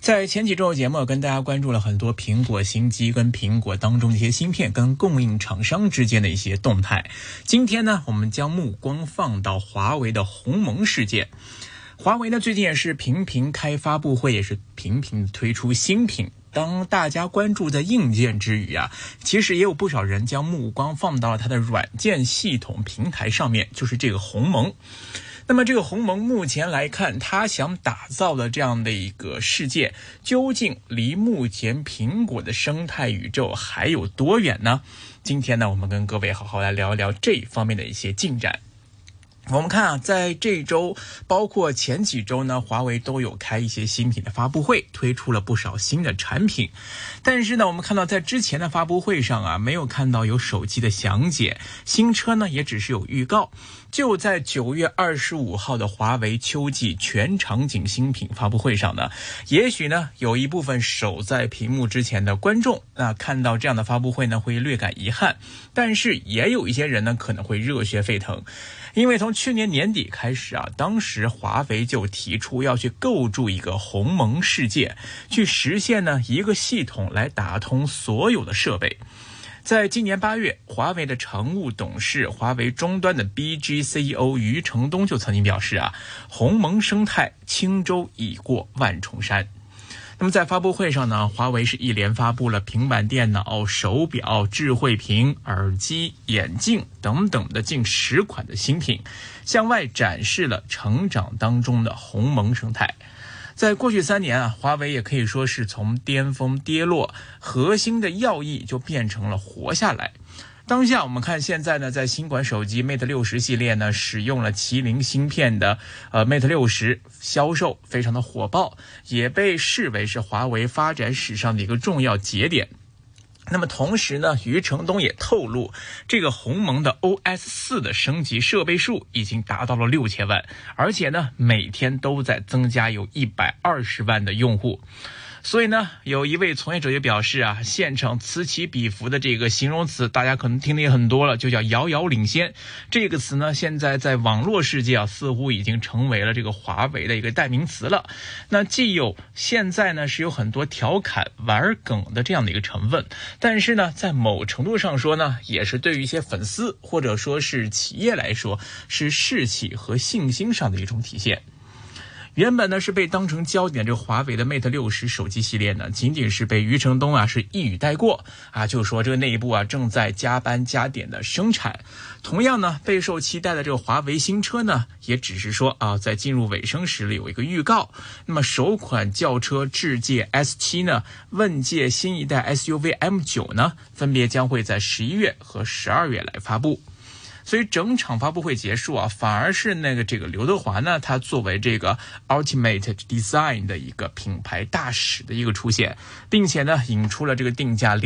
在前几周的节目跟大家关注了很多苹果新机跟苹果当中的一些芯片跟供应厂商之间的一些动态。今天呢，我们将目光放到华为的鸿蒙事件。华为呢最近也是频频开发布会，也是频频推出新品。当大家关注在硬件之余啊，其实也有不少人将目光放到了它的软件系统平台上面，就是这个鸿蒙。那么这个鸿蒙目前来看，它想打造的这样的一个世界，究竟离目前苹果的生态宇宙还有多远呢？今天呢，我们跟各位好好来聊一聊这方面的一些进展。我们看啊，在这周包括前几周呢，华为都有开一些新品的发布会，推出了不少新的产品。但是呢，我们看到在之前的发布会上啊，没有看到有手机的详解，新车呢也只是有预告。就在9月25号的华为秋季全场景新品发布会上呢，也许呢有一部分守在屏幕之前的观众看到这样的发布会呢会略感遗憾，但是也有一些人呢可能会热血沸腾。因为从去年年底开始啊，当时华为就提出要去构筑一个鸿蒙世界，去实现呢一个系统来打通所有的设备。在今年8月，华为的常务董事、华为终端的 BG CEO 余承东就曾经表示啊，鸿蒙生态轻舟已过万重山。那么在发布会上呢，华为是一连发布了平板电脑、手表、智慧屏、耳机、眼镜等等的近10款的新品，向外展示了成长当中的鸿蒙生态。在过去3年啊，华为也可以说是从巅峰跌落，核心的要义就变成了活下来。当下我们看现在呢，在新款手机 Mate 60系列呢，使用了麒麟芯片的Mate 60销售非常的火爆，也被视为是华为发展史上的一个重要节点。那么同时呢，余承东也透露，这个鸿蒙的 OS4 的升级设备数已经达到了6000万，而且呢，每天都在增加有120万的用户。所以呢，有一位从业者也表示啊，现场此起彼伏的这个形容词，大家可能听的也很多了，就叫遥遥领先。这个词呢，现在在网络世界啊，似乎已经成为了这个华为的一个代名词了。那既有现在呢是有很多调侃玩梗的这样的一个成分，但是呢，在某程度上说呢，也是对于一些粉丝或者说是企业来说，是士气和信心上的一种体现。原本呢是被当成焦点这个华为的 Mate 60手机系列呢，仅仅是被余承东啊是一语带过啊，就说这个内部啊正在加班加点的生产。同样呢，备受期待的这个华为新车呢，也只是说啊，在进入尾声时有一个预告。那么首款轿车智界 S7 呢，问界新一代 SUV M9 呢，分别将会在11月和12月来发布。所以整场发布会结束啊，反而是这个刘德华呢，他作为这个 Ultimate Design 的一个品牌大使的一个出现，并且呢引出了这个定价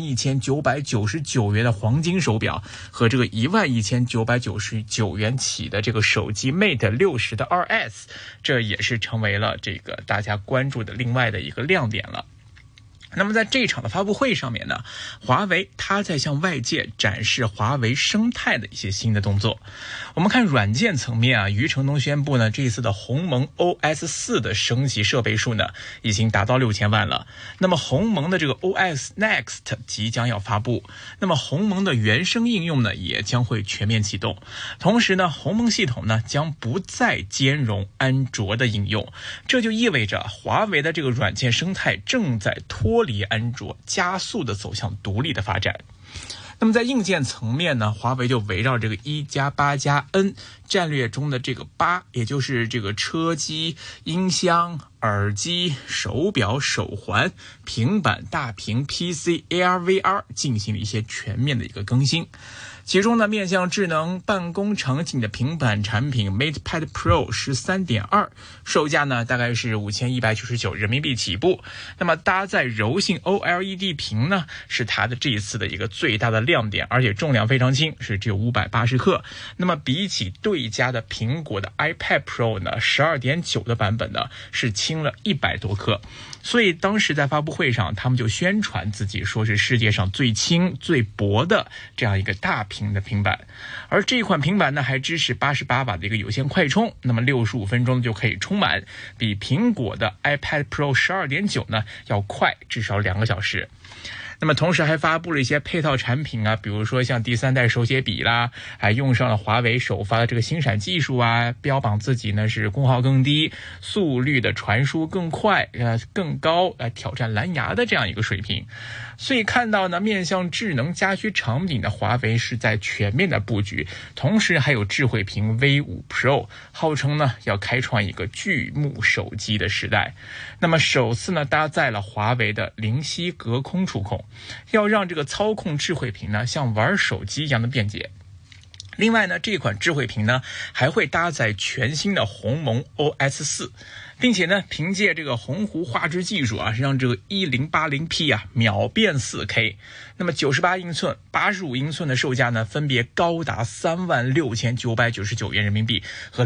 21999元的黄金手表和这个11999元起的这个手机 Mate 60的 2S， 这也是成为了这个大家关注的另外的一个亮点了。那么在这场的发布会上面呢，华为它在向外界展示华为生态的一些新的动作。我们看软件层面啊，余承东宣布呢，这一次的鸿蒙 OS4 的升级设备数呢，已经达到6000万了。那么鸿蒙的这个 OS Next 即将要发布，那么鸿蒙的原生应用呢，也将会全面启动。同时呢，鸿蒙系统呢，将不再兼容安卓的应用，这就意味着华为的这个软件生态正在脱离安卓，加速的走向独立的发展。那么在硬件层面呢，华为就围绕这个1+8+N 战略中的这个8，也就是这个车机、音箱、耳机、手表、手环、平板、大屏、PC、AR、VR 进行了一些全面的一个更新。其中呢，面向智能办公场景的平板产品 MatePad Pro 13.2， 售价呢大概是5199人民币起步。那么搭载柔性 OLED 屏呢，是它的这一次的一个最大的亮点，而且重量非常轻，是只有580克。那么比起对家的苹果的 iPad Pro 呢 12.9 的版本呢，是轻了100多克。所以当时在发布会上，他们就宣传自己说是世界上最轻最薄的这样一个大屏屏的平板，而这款平板呢还支持88瓦的一个有线快充，那么65分钟就可以充满，比苹果的 iPad Pro 12.9呢要快至少2个小时。那么同时还发布了一些配套产品啊，比如说像第3代手写笔啦，还用上了华为首发的这个星闪技术啊，标榜自己呢是功耗更低、速率的传输更快、更高，挑战蓝牙的这样一个水平。所以看到呢，面向智能家居场景的华为是在全面的布局，同时还有智慧屏 V5 Pro， 号称呢要开创一个巨幕手机的时代。那么首次呢搭载了华为的灵犀隔空触控，要让这个操控智慧屏呢像玩手机一样的便捷。另外呢，这款智慧屏呢还会搭载全新的鸿蒙 OS 4，并且呢，凭借这个鸿鹄画质技术啊，让这个 1080P 啊秒变 4K。那么98英寸、85英寸的售价呢，分别高达36999元人民币和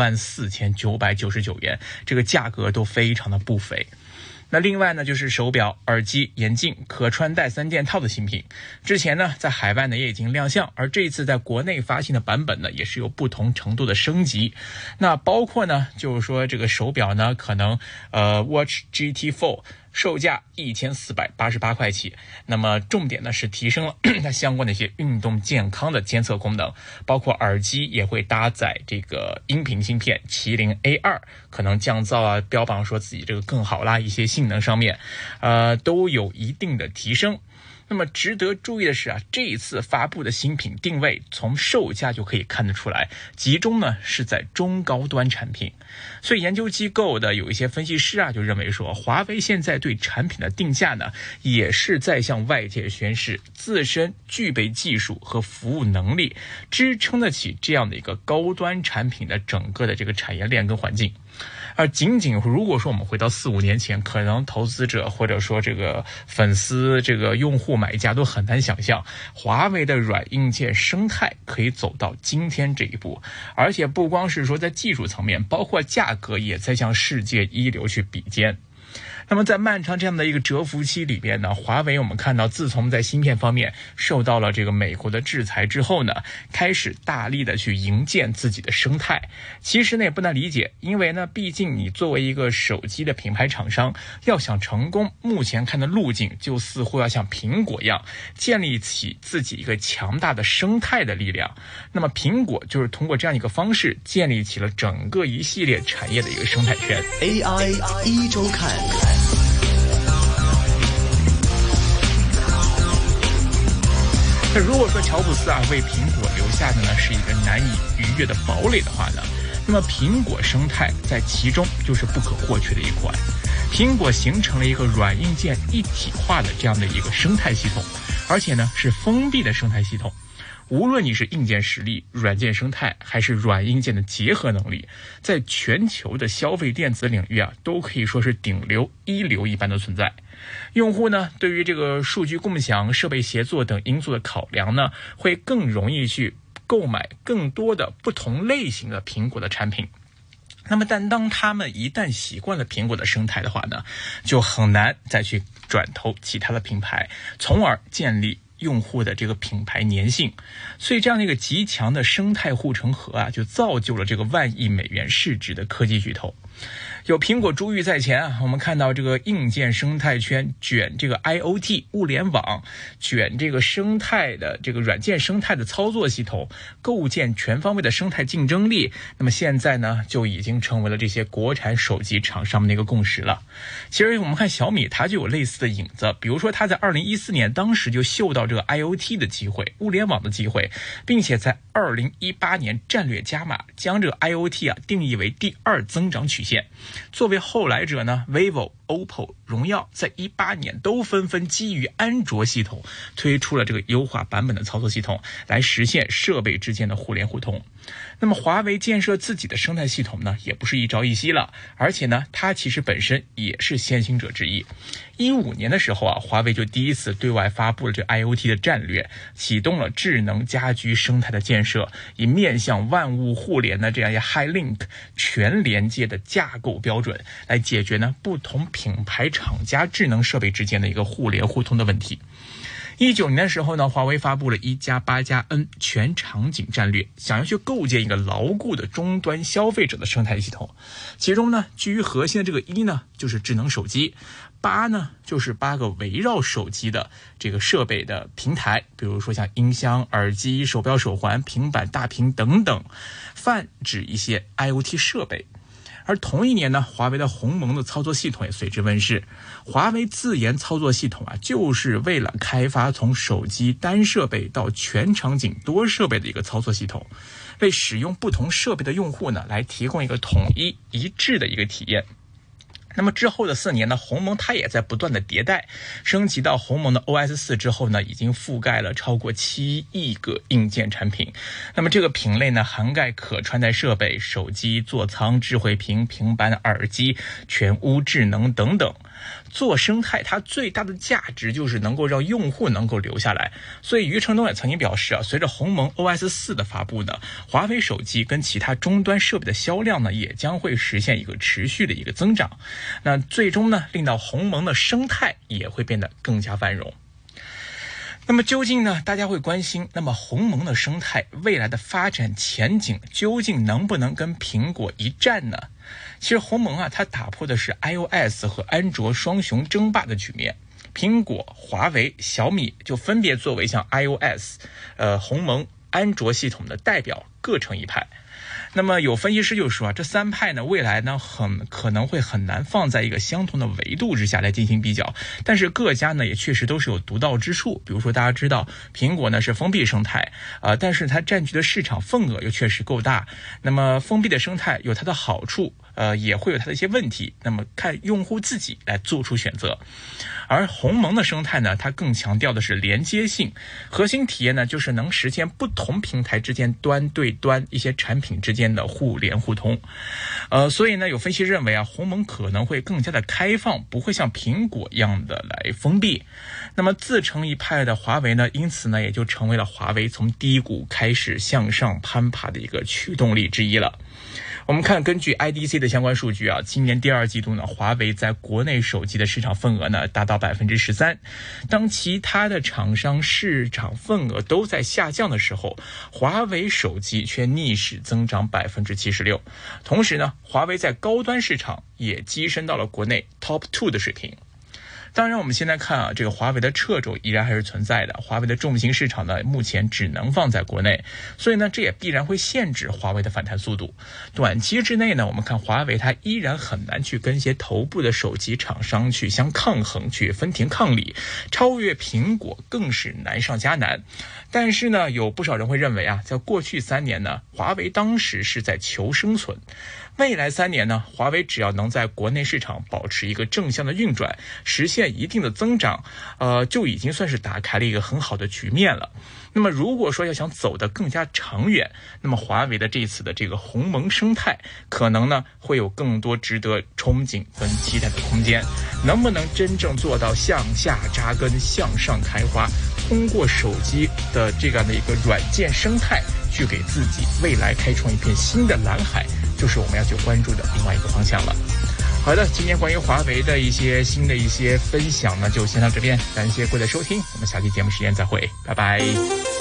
24999元，这个价格都非常的不菲。那另外呢，就是手表、耳机、眼镜、可穿戴3件套的新品，之前呢在海外呢也已经亮相，而这一次在国内发行的版本呢也是有不同程度的升级。那包括呢就是说这个手表呢可能Watch GT4售价1488块起，那么重点呢是提升了它相关的一些运动健康的监测功能，包括耳机也会搭载这个音频芯片麒麟 A2， 可能降噪啊，标榜说自己这个更好啦，一些性能上面都有一定的提升。那么值得注意的是啊，这一次发布的新品定位从售价就可以看得出来，集中呢是在中高端产品。所以研究机构的有一些分析师啊就认为说，华为现在对产品的定价呢也是在向外界宣示自身具备技术和服务能力，支撑得起这样的一个高端产品的整个的这个产业链跟环境。而仅仅如果说我们回到4-5年前，可能投资者或者说这个粉丝、这个用户买家都很难想象华为的软硬件生态可以走到今天这一步，而且不光是说在技术层面，包括价格也在向世界一流去比肩。那么在漫长这样的一个蛰伏期里边呢，华为我们看到自从在芯片方面受到了这个美国的制裁之后呢，开始大力的去营建自己的生态。其实呢也不难理解，因为呢毕竟你作为一个手机的品牌厂商，要想成功，目前看的路径就似乎要像苹果一样，建立起自己一个强大的生态的力量。那么苹果就是通过这样一个方式建立起了整个一系列产业的一个生态圈。 AI 一周看。 那如果说乔布斯啊为苹果留下的呢是一个难以逾越的堡垒的话呢，那么苹果生态在其中就是不可或缺的一环。苹果形成了一个软硬件一体化的这样的一个生态系统，而且呢是封闭的生态系统。无论你是硬件实力、软件生态，还是软硬件的结合能力，在全球的消费电子领域啊，都可以说是顶流、一流一般的存在。用户呢，对于这个数据共享、设备协作等因素的考量呢，会更容易去购买更多的不同类型的苹果的产品。那么但当他们一旦习惯了苹果的生态的话呢，就很难再去转投其他的品牌，从而建立用户的这个品牌粘性。所以这样的一个极强的生态护城河啊，就造就了这个10000亿美元市值的科技巨头。有苹果珠玉在前啊，我们看到这个硬件生态圈卷这个 IoT 物联网，卷这个生态的这个软件生态的操作系统，构建全方位的生态竞争力。那么现在呢，就已经成为了这些国产手机厂商们的一个共识了。其实我们看小米，它就有类似的影子，比如说它在2014年当时就嗅到这个 IoT 的机会、物联网的机会，并且在2018年战略加码，将这个 IoT 啊定义为第2增长曲线。作为后来者呢 ，vivo、OPPO、荣耀在18年都纷纷基于安卓系统推出了这个优化版本的操作系统，来实现设备之间的互联互通。那么华为建设自己的生态系统呢，也不是一朝一夕了，而且呢，它其实本身也是先行者之一。15年的时候啊，华为就第一次对外发布了这 IoT 的战略，启动了智能家居生态的建设，以面向万物互联的这样一个 HiLink 全连接的架构标准，来解决呢不同品牌厂家智能设备之间的一个互联互通的问题。 19年的时候呢，华为发布了1+8+N 全场景战略，想要去构建一个牢固的终端消费者的生态系统。其中呢，居于核心的这个1呢，就是智能手机；8呢，就是8个围绕手机的这个设备的平台，比如说像音箱、耳机、手表、手环、平板、大屏等等，泛指一些 IoT 设备。而同一年呢，华为的鸿蒙的操作系统也随之问世。华为自研操作系统就是为了开发从手机单设备到全场景多设备的一个操作系统，为使用不同设备的用户呢，来提供一个统一一致的一个体验。那么之后的4年呢，鸿蒙它也在不断的迭代，升级到鸿蒙的 OS4 之后呢，已经覆盖了超过7亿个硬件产品。那么这个品类呢，涵盖可穿戴设备、手机、座舱、智慧屏、平板、耳机、全屋智能等等。做生态它最大的价值就是能够让用户能够留下来，所以余承东也曾经表示随着鸿蒙 OS4 的发布呢，华为手机跟其他终端设备的销量呢，也将会实现一个持续的一个增长。那最终呢，令到鸿蒙的生态也会变得更加繁荣。那么究竟呢，大家会关心，那么鸿蒙的生态未来的发展前景究竟能不能跟苹果一战呢？其实鸿蒙它打破的是 iOS 和安卓双雄争霸的局面，苹果、华为、小米就分别作为像 iOS、鸿蒙、安卓系统的代表，各成一派。那么有分析师就说这3派呢，未来呢可能会很难放在一个相同的维度之下来进行比较，但是各家呢也确实都是有独到之处。比如说大家知道苹果呢是封闭生态但是它占据的市场份额又确实够大。那么封闭的生态有它的好处，也会有它的一些问题，那么看用户自己来做出选择。而鸿蒙的生态呢，它更强调的是连接性，核心体验呢就是能实现不同平台之间端对端一些产品之间的互联互通。所以呢，有分析认为鸿蒙可能会更加的开放，不会像苹果一样的来封闭。那么自成一派的华为呢，因此呢也就成为了华为从低谷开始向上攀爬的一个驱动力之一了。我们看根据 IDC 的相关数据今年第2季度呢，华为在国内手机的市场份额呢达到 13%。当其他的厂商市场份额都在下降的时候，华为手机却逆势增长 76%。同时呢，华为在高端市场也跻身到了国内 Top 2的水平。当然我们现在看这个华为的掣肘依然还是存在的，华为的重心市场呢目前只能放在国内，所以呢这也必然会限制华为的反弹速度。短期之内呢，我们看华为它依然很难去跟一些头部的手机厂商去相抗衡，去分庭抗礼，超越苹果更是难上加难。但是呢，有不少人会认为在过去3年呢，华为当时是在求生存。未来3年呢，华为只要能在国内市场保持一个正向的运转，实现一定的增长，就已经算是打开了一个很好的局面了。那么如果说要想走得更加长远，那么华为的这次的这个鸿蒙生态可能呢会有更多值得憧憬跟期待的空间。能不能真正做到向下扎根、向上开花，通过手机的这样的一个软件生态去给自己未来开创一片新的蓝海，就是我们要去关注的另外一个方向了。好的，今天关于华为的一些新的一些分享呢，就先到这边，感谢各位的收听，我们下期节目时间再会，拜拜。